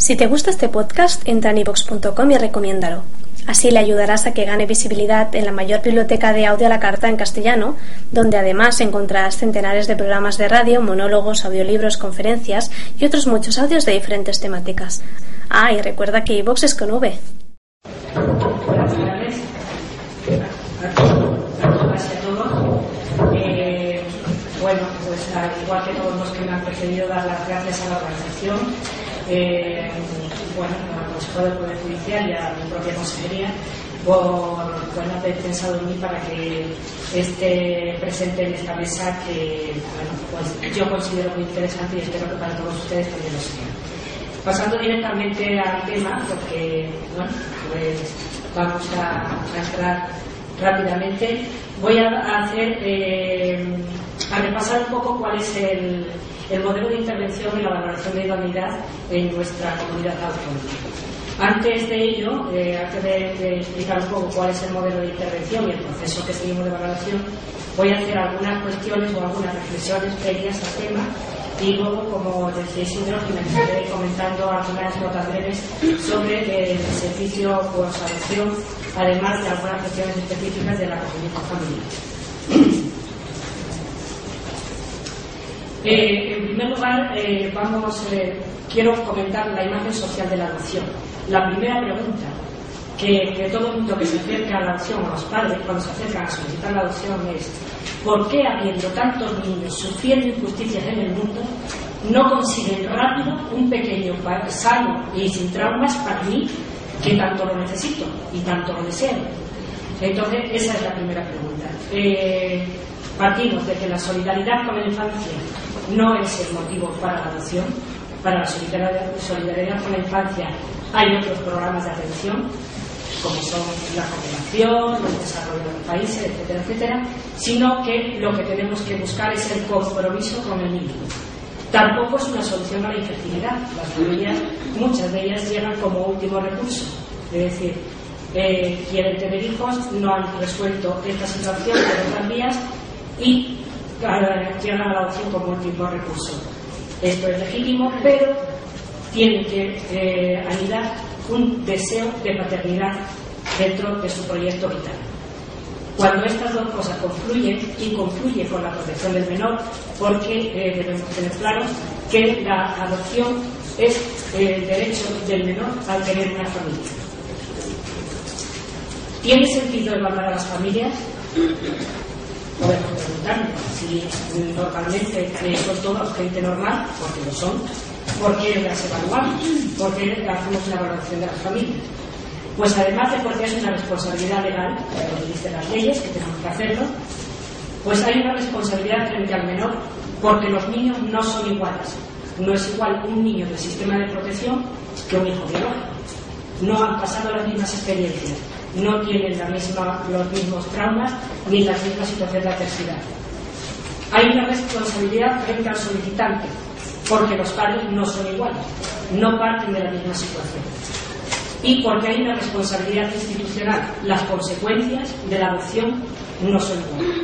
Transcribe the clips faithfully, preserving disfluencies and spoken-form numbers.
Si te gusta este podcast, entra en iVoox punto com y recomiéndalo. Así le ayudarás a que gane visibilidad en la mayor biblioteca de audio a la carta en castellano, donde además encontrarás centenares de programas de radio, monólogos, audiolibros, conferencias y otros muchos audios de diferentes temáticas. Ah, y recuerda que iVoox es con V. Gracias a todas y a todos. Eh, bueno, pues al igual que todos los que me han precedido, dar las gracias a la organización, eh, bueno, al Consejo del Poder Judicial y a mi propia consejería por bueno, haber pensado en mí para que esté presente en esta mesa que bueno, pues yo considero muy interesante y espero que para todos ustedes también lo sea. Pasando directamente al tema, porque bueno, pues vamos a, a entrar rápidamente, voy a hacer eh, a repasar un poco cuál es el, el modelo de intervención y la valoración de idoneidad en nuestra comunidad autónoma. Antes de ello, eh, antes de, de explicar un poco cuál es el modelo de intervención y el proceso que seguimos de valoración, voy a hacer algunas cuestiones o algunas reflexiones previas al tema y luego, como decía Isidro, comenzaré comentando algunas notas breves sobre el servicio post-adopción, además de algunas cuestiones específicas de la acogimiento familiar. Eh, en primer lugar, eh, vamos, eh, quiero comentar la imagen social de la adopción. La primera pregunta que, que todo el mundo que se acerca a la adopción, o los padres cuando se acercan a solicitar la adopción, es ¿por qué, habiendo tantos niños sufriendo injusticias en el mundo, no consiguen rápido un pequeño sano y sin traumas para mí, que tanto lo necesito y tanto lo deseo? Entonces, esa es la primera pregunta. Eh, partimos de que la solidaridad con la infancia no es el motivo para la adopción. Para la solidaridad, solidaridad con la infancia hay otros programas de atención, como son la cooperación, el desarrollo de los países, etcétera, etcétera, sino que lo que tenemos que buscar es el compromiso con el niño. Tampoco es una solución a la infertilidad. Las familias, muchas de ellas, llegan como último recurso. Es decir, eh, quieren tener hijos, no han resuelto esta situación de otras vías y eh, llegan a la adopción como último recurso. Esto es legítimo, pero tiene que eh, anidar un deseo de paternidad dentro de su proyecto vital. Cuando estas dos cosas confluyen, y confluye con la protección del menor, porque eh, debemos tener claro que la adopción es el derecho del menor al tener una familia. ¿Tiene sentido evaluar a las familias? Podemos preguntarnos si normalmente eh, son todos gente normal, porque lo son. ¿Por qué las evaluamos? ¿Por qué hacemos una valoración de las familias? Pues además de porque es una responsabilidad legal, lo dicen las leyes, que tenemos que hacerlo, pues hay una responsabilidad frente al menor, porque los niños no son iguales. No es igual un niño del sistema de protección que un hijo biológico. No han pasado las mismas experiencias, no tienen la misma, los mismos traumas ni las mismas situaciones de adversidad. Hay una responsabilidad frente al solicitante, porque los padres no son iguales, no parten de la misma situación. Y porque hay una responsabilidad institucional, las consecuencias de la adopción no son iguales.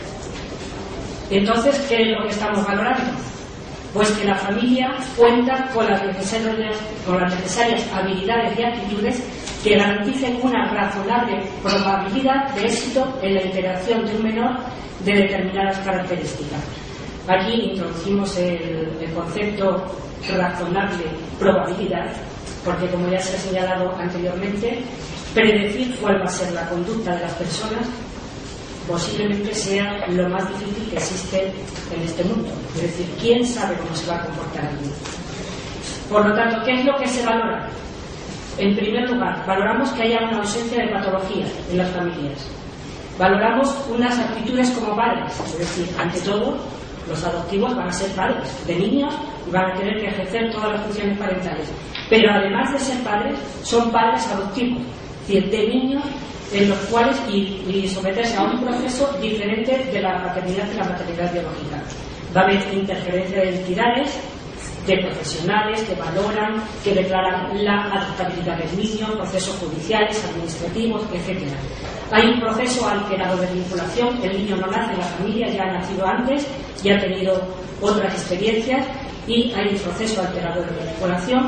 Entonces, ¿qué es lo que estamos valorando? Pues que la familia cuenta con las necesarias, con las necesarias habilidades y actitudes que garanticen una razonable probabilidad de éxito en la interacción de un menor de determinadas características. Aquí introducimos el, el concepto razonable probabilidad, porque como ya se ha señalado anteriormente, predecir cuál va a ser la conducta de las personas posiblemente sea lo más difícil que existe en este mundo. Es decir, ¿quién sabe cómo se va a comportar el niño? Por lo tanto, ¿qué es lo que se valora? En primer lugar, valoramos que haya una ausencia de patología en las familias. Valoramos unas actitudes como padres, es decir, ante todo, los adoptivos van a ser padres de niños y van a tener que ejercer todas las funciones parentales. Pero además de ser padres, son padres adoptivos, es decir, de niños en los cuales y, y someterse a un proceso diferente de la paternidad y la maternidad biológica. Va a haber interferencia de entidades, de profesionales que valoran, que declaran la adoptabilidad del niño, procesos judiciales, administrativos, etcétera. Hay un proceso alterado de vinculación, el niño no nace en la familia, ya ha nacido antes, ya ha tenido otras experiencias y hay un proceso alterado de vinculación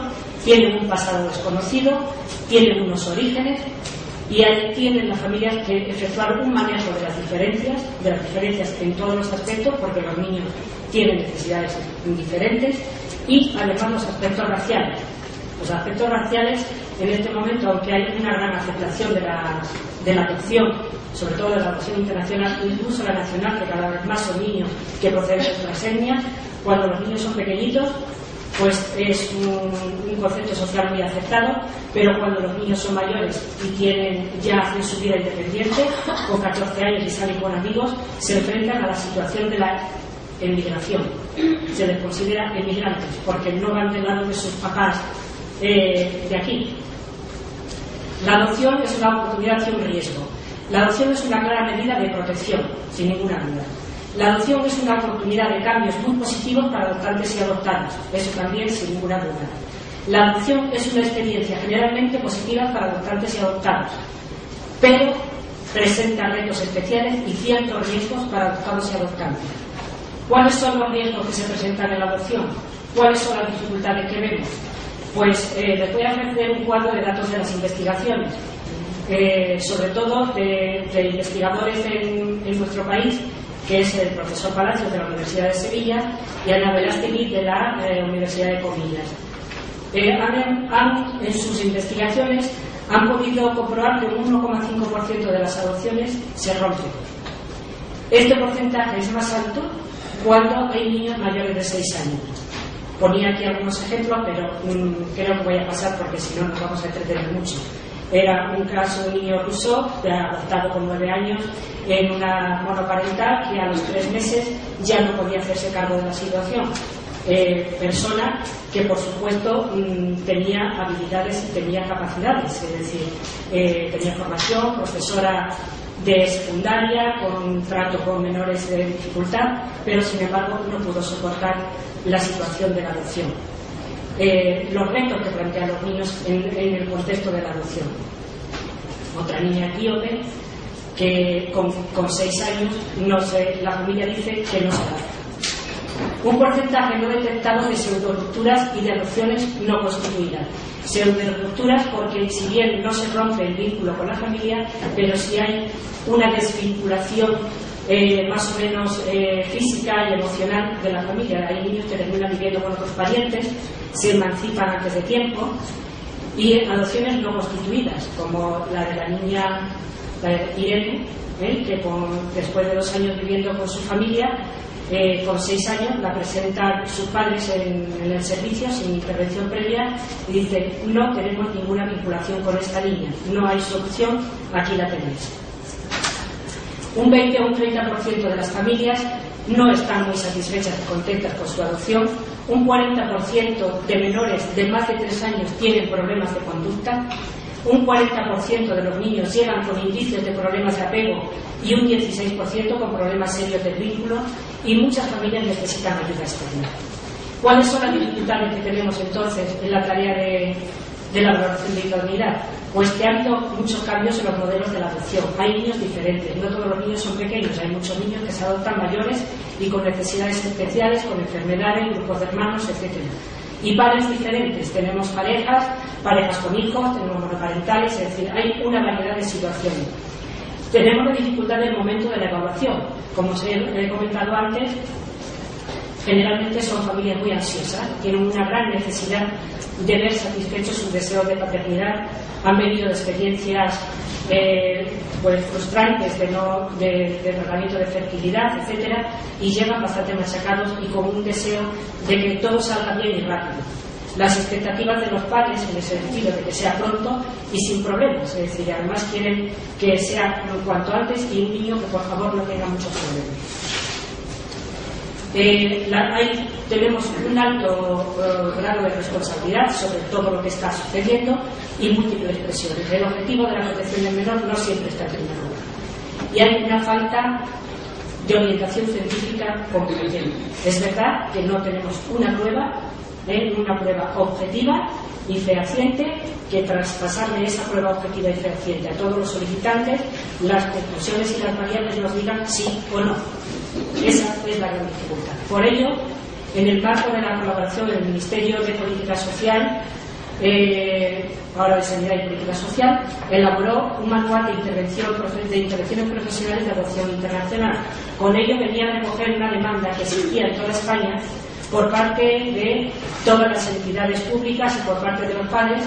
tienen un pasado desconocido, tienen unos orígenes, y ahí tienen las familias que efectuar un manejo de las diferencias, de las diferencias en todos los aspectos, porque los niños tienen necesidades diferentes, y además los aspectos raciales. Los aspectos raciales, en este momento, aunque hay una gran aceptación de la, de la adopción, sobre todo de la adopción internacional, incluso la nacional, que cada vez más son niños que proceden de otras etnias, cuando los niños son pequeñitos, pues es un, un concepto social muy aceptado, pero cuando los niños son mayores y tienen ya hacen su vida independiente, con catorce años y salen con amigos, se enfrentan a la situación de la emigración. Se les considera emigrantes porque no van del lado de sus papás eh, de aquí. La adopción es una oportunidad y un riesgo. La adopción es una clara medida de protección, sin ninguna duda. La adopción es una oportunidad de cambios muy positivos para adoptantes y adoptados, eso también sin ninguna duda. La adopción es una experiencia generalmente positiva para adoptantes y adoptados, pero presenta retos especiales y ciertos riesgos para adoptados y adoptantes. ¿Cuáles son los riesgos que se presentan en la adopción? ¿Cuáles son las dificultades que vemos? Pues eh, les voy a ofrecer un cuadro de datos de las investigaciones, eh, sobre todo de, de investigadores en, en nuestro país, que es el profesor Palacios de la Universidad de Sevilla y Ana Velázquez de la eh, Universidad de Comillas. Eh, han, han, en sus investigaciones han podido comprobar que un uno coma cinco por ciento de las adopciones se rompen. Este porcentaje es más alto cuando hay niños mayores de seis años. Ponía aquí algunos ejemplos, pero um, creo que voy a pasar porque si no nos vamos a entretener mucho. Era un caso de un niño ruso, adoptado con nueve años, en una monoparental que a los tres meses ya no podía hacerse cargo de la situación. Eh, persona que, por supuesto, mmm, tenía habilidades y tenía capacidades, es decir, eh, tenía formación, profesora de secundaria, con trato con menores de dificultad, pero sin embargo no pudo soportar la situación de la adopción. Eh, los retos que plantean los niños en, en el contexto de la adopción. Otra niña etíope que con, con seis años no se, la familia dice que no se adapta. Un porcentaje no detectado de pseudorupturas y de adopciones no constituidas. Pseudorupturas porque si bien no se rompe el vínculo con la familia, pero sí hay una desvinculación Eh, más o menos eh, física y emocional de la familia. Hay niños que terminan viviendo con otros parientes, se emancipan antes de tiempo, y adopciones no constituidas, como la de la niña eh, Irene, eh, que con, después de dos años viviendo con su familia, eh, con seis años la presentan sus padres en, en el servicio sin intervención previa y dicen: no tenemos ninguna vinculación con esta niña, no hay solución, aquí la tenéis. Un veinte o un treinta por ciento de las familias no están muy satisfechas y contentas con su adopción. Un cuarenta por ciento de menores de más de tres años tienen problemas de conducta. Un cuarenta por ciento de los niños llegan con indicios de problemas de apego y un dieciséis por ciento con problemas serios del vínculo, y muchas familias necesitan ayuda externa. ¿Cuáles son las dificultades que tenemos entonces en la tarea de, de la valoración de idoneidad? Pues que ha habido muchos cambios en los modelos de la adopción. Hay niños diferentes, no todos los niños son pequeños, hay muchos niños que se adoptan mayores y con necesidades especiales, con enfermedades, grupos de hermanos, etcétera. Y padres diferentes, tenemos parejas, parejas con hijos, tenemos monoparentales, es decir, hay una variedad de situaciones. Tenemos la dificultad del momento de la evaluación. Como os he comentado antes, generalmente son familias muy ansiosas, tienen una gran necesidad de ver satisfechos sus deseos de paternidad, han venido de experiencias eh, pues frustrantes de, no, de, de tratamiento de fertilidad, etcétera, y llegan bastante machacados y con un deseo de que todo salga bien y rápido. Las expectativas de los padres en el sentido de que sea pronto y sin problemas, es decir, además quieren que sea cuanto antes y un niño que por favor no tenga muchos problemas. Eh, la, hay, tenemos un alto uh, grado de responsabilidad sobre todo lo que está sucediendo y múltiples presiones. El objetivo de la protección del menor no siempre está en primer lugar. Y hay una falta de orientación científica concluyente. Es verdad que no tenemos una prueba, eh, una prueba objetiva y fehaciente, que tras pasarle esa prueba objetiva y fehaciente a todos los solicitantes, las conclusiones y las variables nos digan sí o no. Esa es la gran dificultad. Por ello, en el marco de la colaboración del Ministerio de Política Social, eh, ahora de Sanidad y Política Social, elaboró un manual de, intervención, de intervenciones profesionales de adopción internacional. Con ello venía a recoger una demanda que existía en toda España por parte de todas las entidades públicas y por parte de los padres,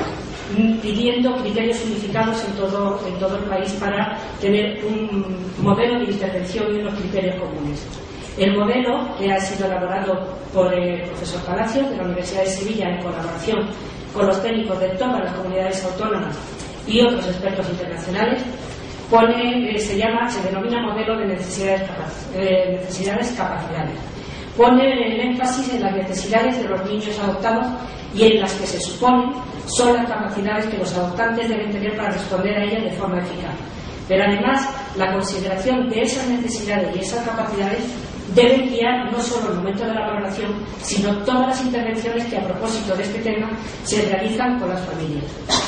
pidiendo criterios unificados en todo, en todo el país para tener un modelo de intervención y unos criterios comunes. El modelo, que ha sido elaborado por el profesor Palacios de la Universidad de Sevilla en colaboración con los técnicos de todas las comunidades autónomas y otros expertos internacionales, pone, eh, se llama, se denomina modelo de necesidades, eh, necesidades capacidades. Pone el énfasis en las necesidades de los niños adoptados y en las que se supone son las capacidades que los adoptantes deben tener para responder a ellas de forma eficaz. Pero además, la consideración de esas necesidades y esas capacidades deben guiar no solo el momento de la valoración, sino todas las intervenciones que a propósito de este tema se realizan con las familias.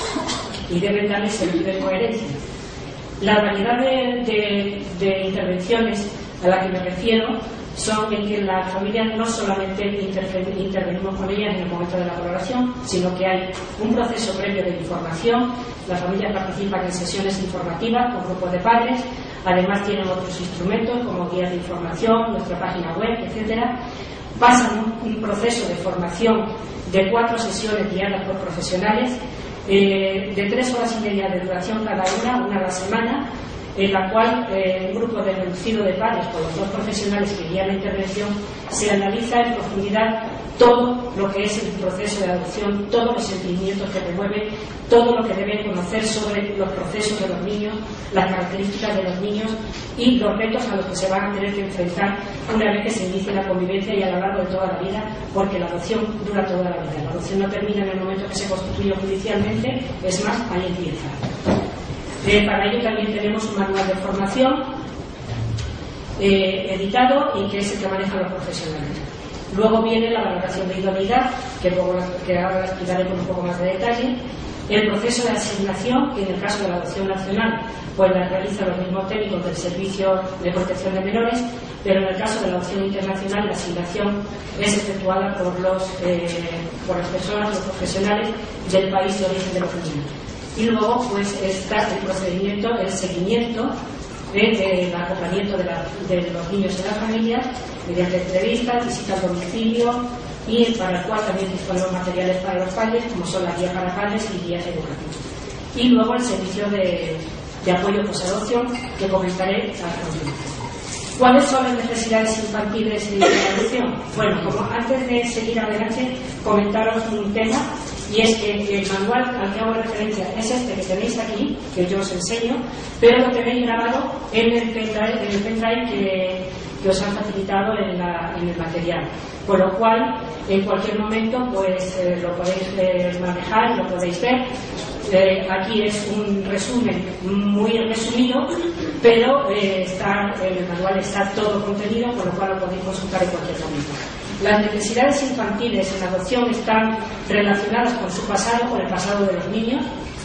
Y deben darle sentido de coherencia. La variedad de, de, de intervenciones a la que me refiero son en que las familias no solamente intervenimos con ellas en el momento de la valoración, sino que hay un proceso previo de información. Las familias participan en sesiones informativas con grupos de padres, además tienen otros instrumentos como guías de información, nuestra página web, etcétera. Pasan un, un proceso de formación de cuatro sesiones guiadas por profesionales, eh, de tres horas y media de duración cada una, una a la semana, en la cual eh, un grupo de reducido de padres con los dos profesionales que guían la intervención se analiza en profundidad todo lo que es el proceso de adopción, todos los sentimientos que remueve, todo lo que deben conocer sobre los procesos de los niños, las características de los niños y los retos a los que se van a tener que enfrentar una vez que se inicie la convivencia y a lo largo de toda la vida, porque la adopción dura toda la vida. La adopción no termina en el momento que se constituye judicialmente, es más, ahí empieza. Eh, para ello también tenemos un manual de formación eh, editado y que es el que manejan los profesionales. Luego viene la valoración de idoneidad, que, luego, que ahora la explicaré con un poco más de detalle. El proceso de asignación, que en el caso de la adopción nacional, pues la realizan los mismos técnicos del Servicio de Protección de Menores, pero en el caso de la adopción internacional, la asignación es efectuada por, los, eh, por las personas, los profesionales del país de origen de los niños. Y luego pues está el procedimiento, el seguimiento del acompañamiento de, la, de los niños en las familias mediante entrevistas, visita al domicilio y para el cual también disponemos materiales para los padres como son la guía para padres y guías educativas. Y luego el servicio de, de apoyo posadopción que comentaré a continuación. ¿Cuáles son las necesidades infantiles de la adopción? Bueno, como antes de seguir adelante, comentaros un tema, y es que el manual al que hago referencia es este que tenéis aquí, que yo os enseño, pero lo tenéis grabado en el pendrive, en el pendrive que, que os han facilitado en, la, en el material. Por lo cual, en cualquier momento, pues eh, lo podéis eh, manejar, lo podéis ver. Eh, aquí es un resumen muy resumido, pero eh, está, en el manual está todo contenido, con lo cual lo podéis consultar en cualquier momento. Las necesidades infantiles en adopción están relacionadas con su pasado, con el pasado de los niños,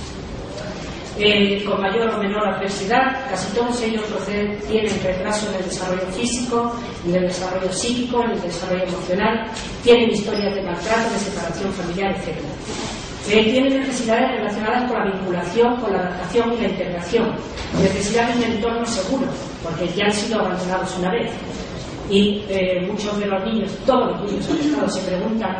eh, con mayor o menor adversidad. Casi todos ellos proceden, tienen retraso en el desarrollo físico, en el desarrollo psíquico, en el desarrollo emocional, tienen historias de maltrato, de separación familiar, etcétera. Eh, tienen necesidades relacionadas con la vinculación, con la adaptación y la integración, necesidades de entorno seguro, porque ya han sido abandonados una vez. Y eh, muchos de los niños, todos los niños afectados, se preguntan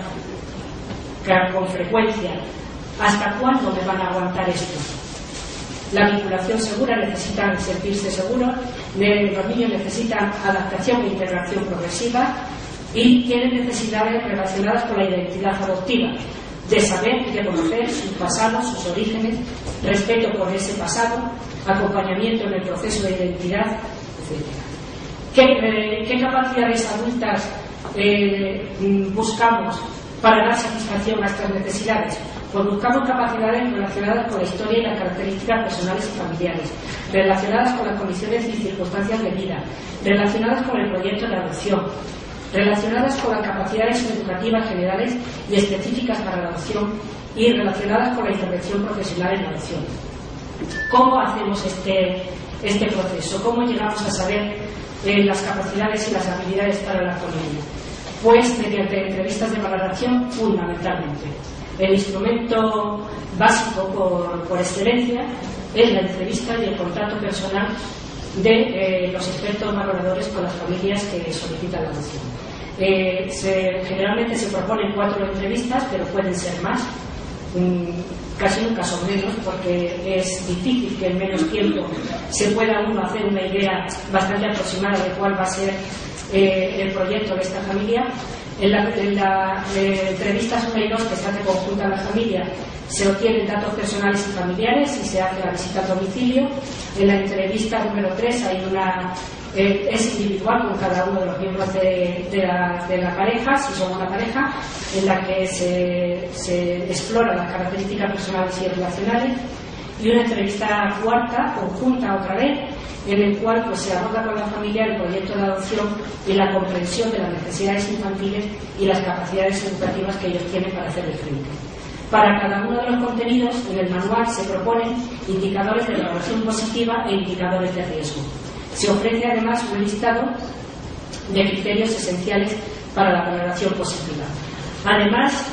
con frecuencia: ¿hasta cuándo me van a aguantar esto? La vinculación segura, necesitan sentirse seguros, los niños necesitan adaptación e integración progresiva y tienen necesidades relacionadas con la identidad adoptiva, de saber y de conocer sus pasados, sus orígenes, respeto por ese pasado, acompañamiento en el proceso de identidad, etcétera. ¿Qué, eh, ¿Qué capacidades adultas eh, buscamos para dar satisfacción a estas necesidades? Pues buscamos capacidades relacionadas con la historia y las características personales y familiares, relacionadas con las condiciones y circunstancias de vida, relacionadas con el proyecto de adopción, relacionadas con las capacidades educativas generales y específicas para la adopción y relacionadas con la intervención profesional en la adopción. ¿Cómo hacemos este, este proceso? ¿Cómo llegamos a saber eh, las capacidades y las habilidades para la familia? Pues mediante entrevistas de valoración, fundamentalmente. El instrumento básico por, por excelencia es la entrevista y el contacto personal de eh, los expertos valoradores con las familias que solicitan la adopción. Eh, se, generalmente se proponen cuatro entrevistas, pero pueden ser más. Mm, casi nunca son menos, porque es difícil que en menos tiempo se pueda uno hacer una idea bastante aproximada de cuál va a ser eh, el proyecto de esta familia. En la, en la eh, entrevista uno y dos, que se hace conjunta a la familia, se obtienen datos personales y familiares y se hace la visita al domicilio. En la entrevista número tres hay una eh, es individual con cada uno de los miembros de, de, la, de la pareja, si son una pareja, en la que se, se exploran las características personales y relacionales. Y una entrevista cuarta, conjunta otra vez, en el cual pues, se aborda con la familia el proyecto de adopción y la comprensión de las necesidades infantiles y las capacidades educativas que ellos tienen para hacerle frente. Para cada uno de los contenidos, en el manual se proponen indicadores de valoración positiva e indicadores de riesgo. Se ofrece además un listado de criterios esenciales para la valoración positiva. Además,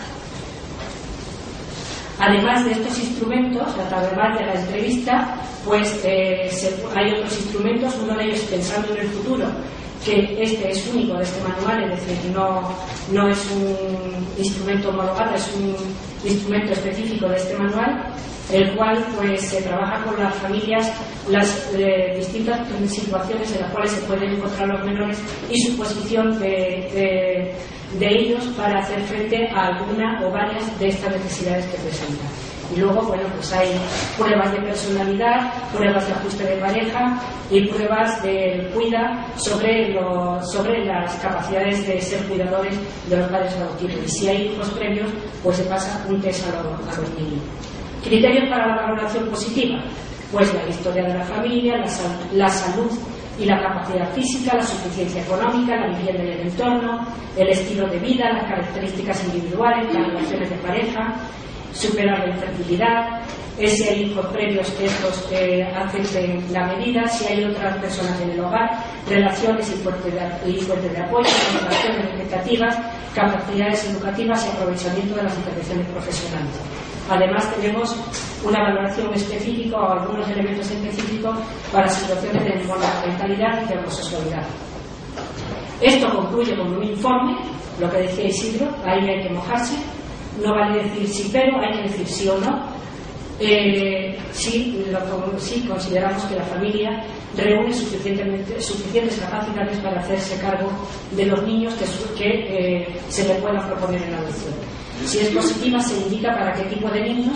Además de estos instrumentos, además de la entrevista, pues eh, se, hay otros instrumentos, uno de ellos pensando en el futuro, que este es único de este manual, es decir, no, no es un instrumento homologado, es un instrumento específico de este manual, el cual pues se trabaja con las familias las eh, distintas situaciones en las cuales se pueden encontrar los menores y su posición de, de de ellos para hacer frente a alguna o varias de estas necesidades que presentan. Y luego, bueno, pues hay pruebas de personalidad, pruebas de ajuste de pareja y pruebas de cuida sobre, lo, sobre las capacidades de ser cuidadores de los padres adoptivos. Y si hay hijos previos, pues se pasa un test a, lo, a los niños. Criterios para la valoración positiva, pues la historia de la familia, la, sal, la salud y la capacidad física, la suficiencia económica, la vivienda y el entorno, el estilo de vida, las características individuales, las relaciones de pareja, superar la infertilidad, si hay hijos previos que estos eh, acepten la medida, si hay otras personas en el hogar, relaciones y fuentes de, y fuentes de apoyo, relaciones expectativas, capacidades educativas y aprovechamiento de las intervenciones profesionales. Además, tenemos una valoración específica o algunos elementos específicos para situaciones de monoparentalidad y de homosexualidad. Esto concluye con un informe, lo que decía Isidro, ahí hay que mojarse, no vale decir sí pero, hay que decir sí o no. Eh, si, lo, si consideramos que la familia reúne suficientemente, suficientes capacidades para hacerse cargo de los niños que, que eh, se le puedan proponer en adopción. Si es positiva, se indica para qué tipo de niños.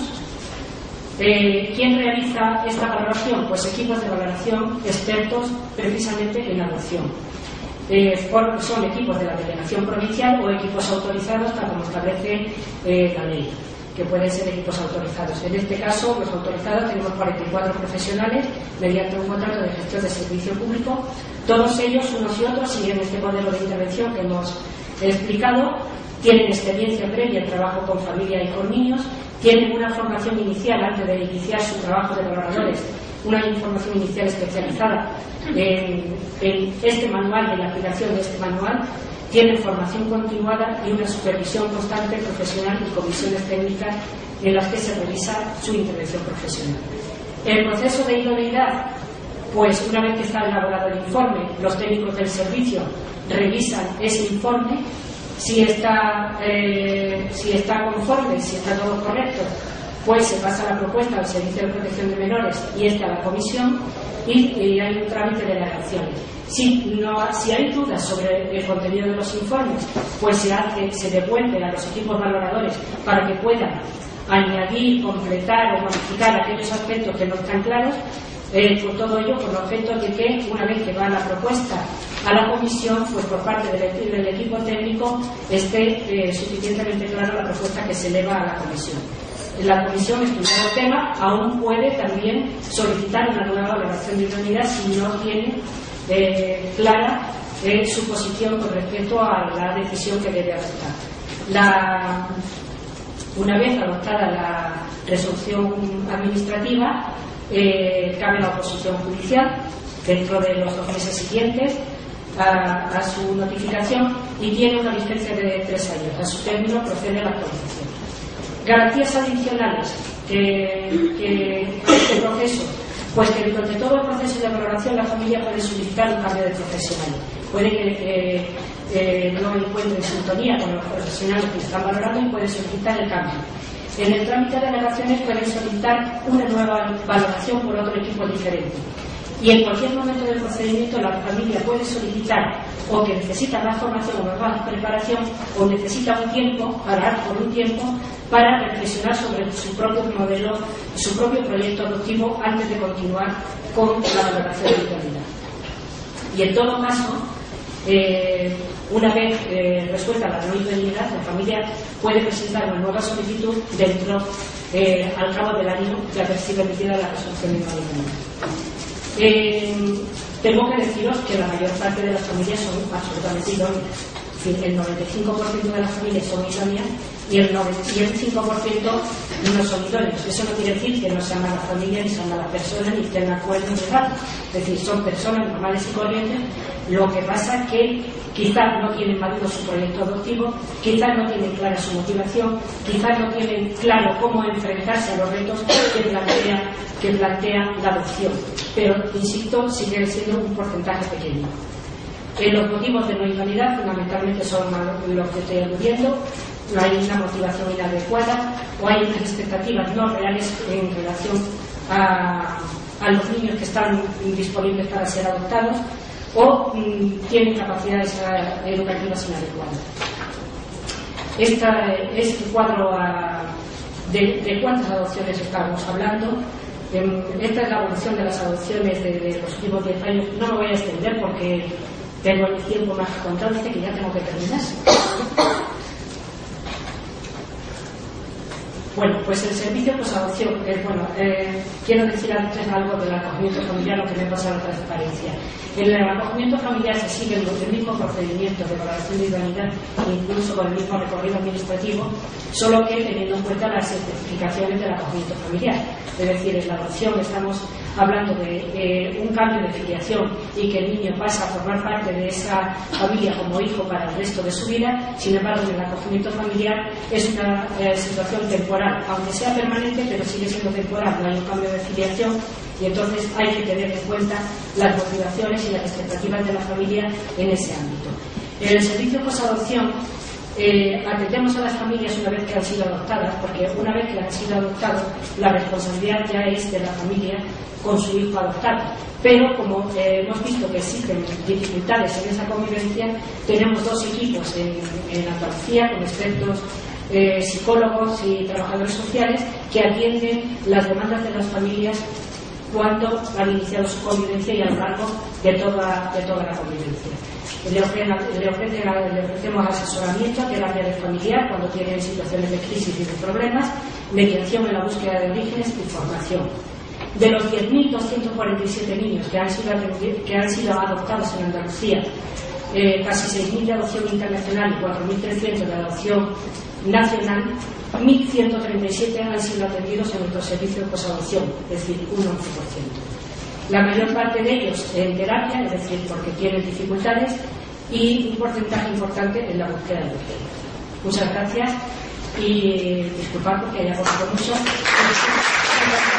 Eh, ¿Quién realiza esta valoración? Pues equipos de valoración expertos precisamente en adopción. Eh, por, son equipos de la delegación provincial o equipos autorizados, tal como establece eh, la ley, que pueden ser equipos autorizados. En este caso, los autorizados tenemos cuarenta y cuatro profesionales mediante un contrato de gestión de servicio público. Todos ellos, unos y otros, siguen este modelo de intervención que hemos explicado. Tienen experiencia previa en trabajo con familia y con niños, tienen una formación inicial antes de iniciar su trabajo de valoradores, una información inicial especializada en, en este manual, en la aplicación de este manual, tienen formación continuada y una supervisión constante, profesional y comisiones técnicas en las que se revisa su intervención profesional. El proceso de idoneidad, pues una vez que está elaborado el informe, los técnicos del servicio revisan ese informe. Si está, eh, si está conforme, si está todo correcto, pues se pasa la propuesta al Servicio de Protección de Menores y esta a la comisión y, y hay un trámite de alegaciones. Si, no, si hay dudas sobre el contenido de los informes, pues se hace, se devuelve a los equipos valoradores para que puedan añadir, completar o modificar aquellos aspectos que no están claros. Eh, por todo ello, con objeto de que una vez que va la propuesta a la comisión, pues por parte del, del equipo técnico esté eh, suficientemente clara la propuesta que se eleva a la comisión. La comisión, estudiando el tema, aún puede también solicitar una nueva valoración de idoneidad si no tiene eh, clara eh, su posición con respecto a la decisión que debe adoptar. La, una vez adoptada la resolución administrativa, Eh, cabe la oposición judicial dentro de los dos meses siguientes a, a su notificación y tiene una vigencia de tres años. A su término procede la actualización. Garantías adicionales que, que este proceso, pues que durante todo el proceso de valoración la familia puede solicitar un cambio de profesional. Puede que eh, eh, no encuentre sintonía con los profesionales que están valorando y puede solicitar el cambio. En el trámite de alegaciones pueden solicitar una nueva valoración por otro equipo diferente. Y en cualquier momento del procedimiento la familia puede solicitar o que necesita más formación o más preparación o necesita un tiempo, parar por un tiempo, para reflexionar sobre su propio modelo, su propio proyecto adoptivo antes de continuar con la valoración de idoneidad. Y en todo caso, eh, una vez eh, resuelta la no idoneidad, la familia puede presentar una nueva solicitud dentro, eh, al cabo del año de haber sido emitida la resolución de no idoneidad. Eh, tengo que deciros que la mayor parte de las familias son absolutamente idóneas. El noventa y cinco por ciento de las familias son idóneas y el noventa y cinco por ciento no son idóneos. Eso no quiere decir que no sean malas familias, ni sean malas personas, ni estén de acuerdo en nada. Es decir, son personas normales y corrientes. Lo que pasa es que quizás no tienen maduro su proyecto adoptivo, quizás no tienen clara su motivación, quizás no tienen claro cómo enfrentarse a los retos que plantea, que plantea la adopción. Pero, insisto, sigue siendo un porcentaje pequeño. Eh, los motivos de no idoneidad fundamentalmente son los que estoy aludiendo. Hay una motivación inadecuada o hay unas expectativas no reales en relación a, a los niños que están disponibles para ser adoptados o mmm, tienen capacidades uh, educativas inadecuadas. Esta, este cuadro uh, de, de cuántas adopciones estamos hablando. Um, esta es la evolución de las adopciones de, de los últimos diez años. No me voy a extender porque tengo el tiempo más contado, dice que ya tengo que terminar. Bueno, pues el servicio posadopción, eh, bueno, eh, quiero decir antes algo del acogimiento familiar, lo que me pasa a la transparencia. En el acogimiento familiar se sigue el mismo procedimiento de valoración de idoneidad, incluso con el mismo recorrido administrativo, solo que teniendo en cuenta las especificaciones del acogimiento familiar. Es decir, en la adopción estamos hablando de eh, un cambio de filiación y que el niño pasa a formar parte de esa familia como hijo para el resto de su vida. Sin embargo, en el acogimiento familiar es una eh, situación temporal, aunque sea permanente, pero sigue siendo temporal, no hay un cambio de filiación y entonces hay que tener en cuenta las motivaciones y las expectativas de la familia en ese ámbito. En el servicio posadopción Eh, atendemos a las familias una vez que han sido adoptadas, porque una vez que han sido adoptados la responsabilidad ya es de la familia con su hijo adoptado, pero como eh, hemos visto que existen dificultades en esa convivencia, tenemos dos equipos en, en Andalucía con expertos eh, psicólogos y trabajadores sociales que atienden las demandas de las familias cuando han iniciado su convivencia y a lo largo de toda, de toda la convivencia. Le, ofrecen, le, ofrecen, le ofrecemos asesoramiento a terapia familiar cuando tienen situaciones de crisis y de problemas, mediación en la búsqueda de orígenes y formación. De los diez mil doscientos cuarenta y siete niños que han sido, que han sido adoptados en Andalucía, eh, casi seis mil de adopción internacional y cuatro mil trescientos de adopción nacional, mil ciento treinta y siete han sido atendidos en nuestro servicio de posadopción, es decir, un once por ciento. La mayor parte de ellos en terapia, es decir, porque tienen dificultades, y un porcentaje importante en la búsqueda de urgencia. Muchas gracias y disculpad porque haya pasado mucho.